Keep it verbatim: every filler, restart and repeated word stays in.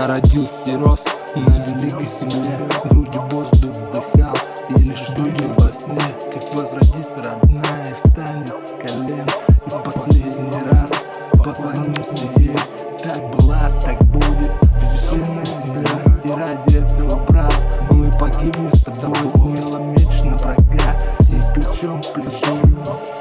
Я родился и рос на великой земле, грудью воздух дыхал, и лишь видел во сне, как возродись родная, и встанет с колен, и в последний раз поклонимся ей. Так была, так будет священная земля, и ради этого, брат, мы погибнем с тобой. Смело меч на врага и плечом к плечу